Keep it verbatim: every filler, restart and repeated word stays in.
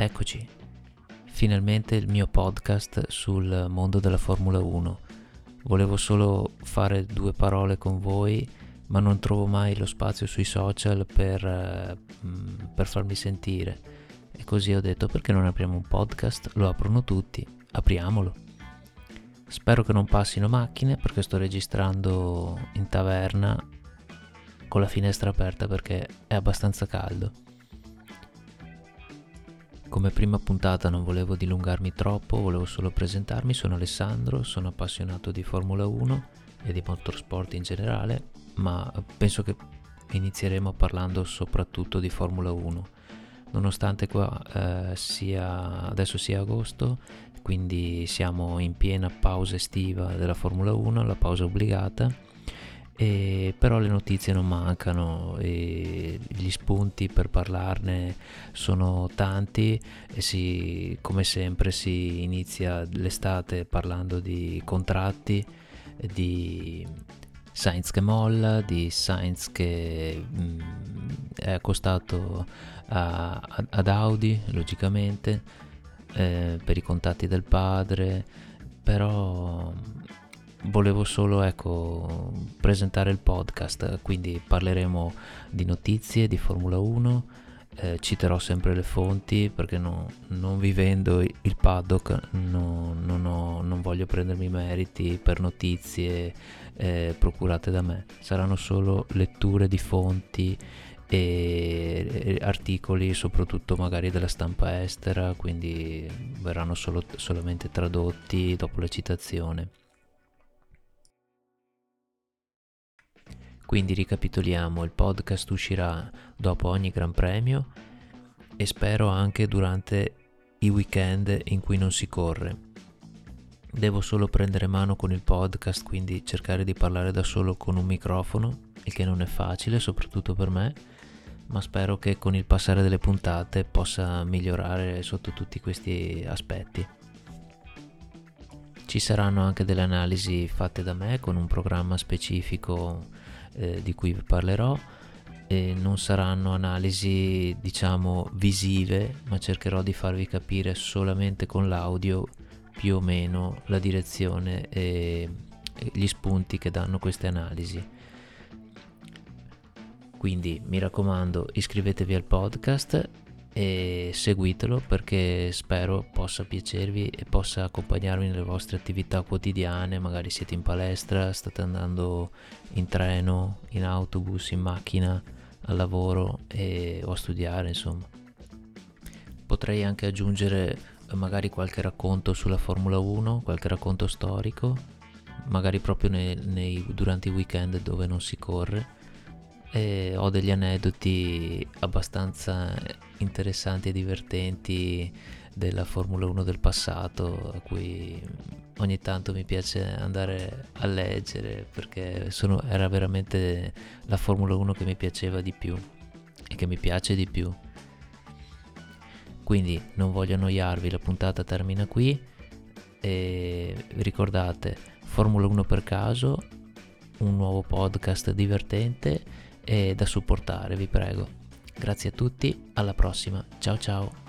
Eccoci, finalmente il mio podcast sul mondo della Formula uno. Volevo solo fare due parole con voi, ma non trovo mai lo spazio sui social per, eh, per farmi sentire. E così ho detto, perché non apriamo un podcast? Lo aprono tutti, apriamolo. Spero che non passino macchine, perché sto registrando in taverna con la finestra aperta perché è abbastanza caldo. Come prima puntata non volevo dilungarmi troppo, volevo solo presentarmi. Sono Alessandro, sono appassionato di Formula uno e di motorsport in generale, ma penso che inizieremo parlando soprattutto di Formula uno. Nonostante qua eh, sia adesso sia agosto, quindi siamo in piena pausa estiva della Formula uno, la pausa obbligata. E però le notizie non mancano e gli spunti per parlarne sono tanti e si, come sempre si inizia l'estate parlando di contratti, di Sainz che molla, di Sainz che mh, è accostato a, a, ad Audi logicamente eh, per i contatti del padre, però volevo solo ecco presentare il podcast, quindi parleremo di notizie di Formula uno, eh, citerò sempre le fonti perché no, non vivendo il paddock no, non, ho, non voglio prendermi meriti per notizie eh, procurate da me, saranno solo letture di fonti e articoli soprattutto magari della stampa estera, quindi verranno solo, solamente tradotti dopo la citazione. Quindi ricapitoliamo, il podcast uscirà dopo ogni Gran Premio e spero anche durante i weekend in cui non si corre. Devo solo prendere mano con il podcast, quindi cercare di parlare da solo con un microfono, il che non è facile, soprattutto per me, ma spero che con il passare delle puntate possa migliorare sotto tutti questi aspetti. Ci saranno anche delle analisi fatte da me con un programma specifico eh, di cui vi parlerò, e non saranno analisi diciamo visive, ma cercherò di farvi capire solamente con l'audio più o meno la direzione e, e gli spunti che danno queste analisi. Quindi mi raccomando, iscrivetevi al podcast e seguitelo perché spero possa piacervi e possa accompagnarvi nelle vostre attività quotidiane. Magari siete in palestra, state andando in treno, in autobus, in macchina, al lavoro e, o a studiare, insomma. Potrei anche aggiungere magari qualche racconto sulla Formula uno, qualche racconto storico, magari proprio nei, nei, durante i weekend dove non si corre. E ho degli aneddoti abbastanza interessanti e divertenti della Formula uno del passato, a cui ogni tanto mi piace andare a leggere perché sono, era veramente la Formula uno che mi piaceva di più e che mi piace di più. Quindi non voglio annoiarvi, la puntata termina qui e ricordate, Formula uno per caso, un nuovo podcast divertente e da supportare, vi prego. Grazie a tutti, alla prossima, ciao ciao.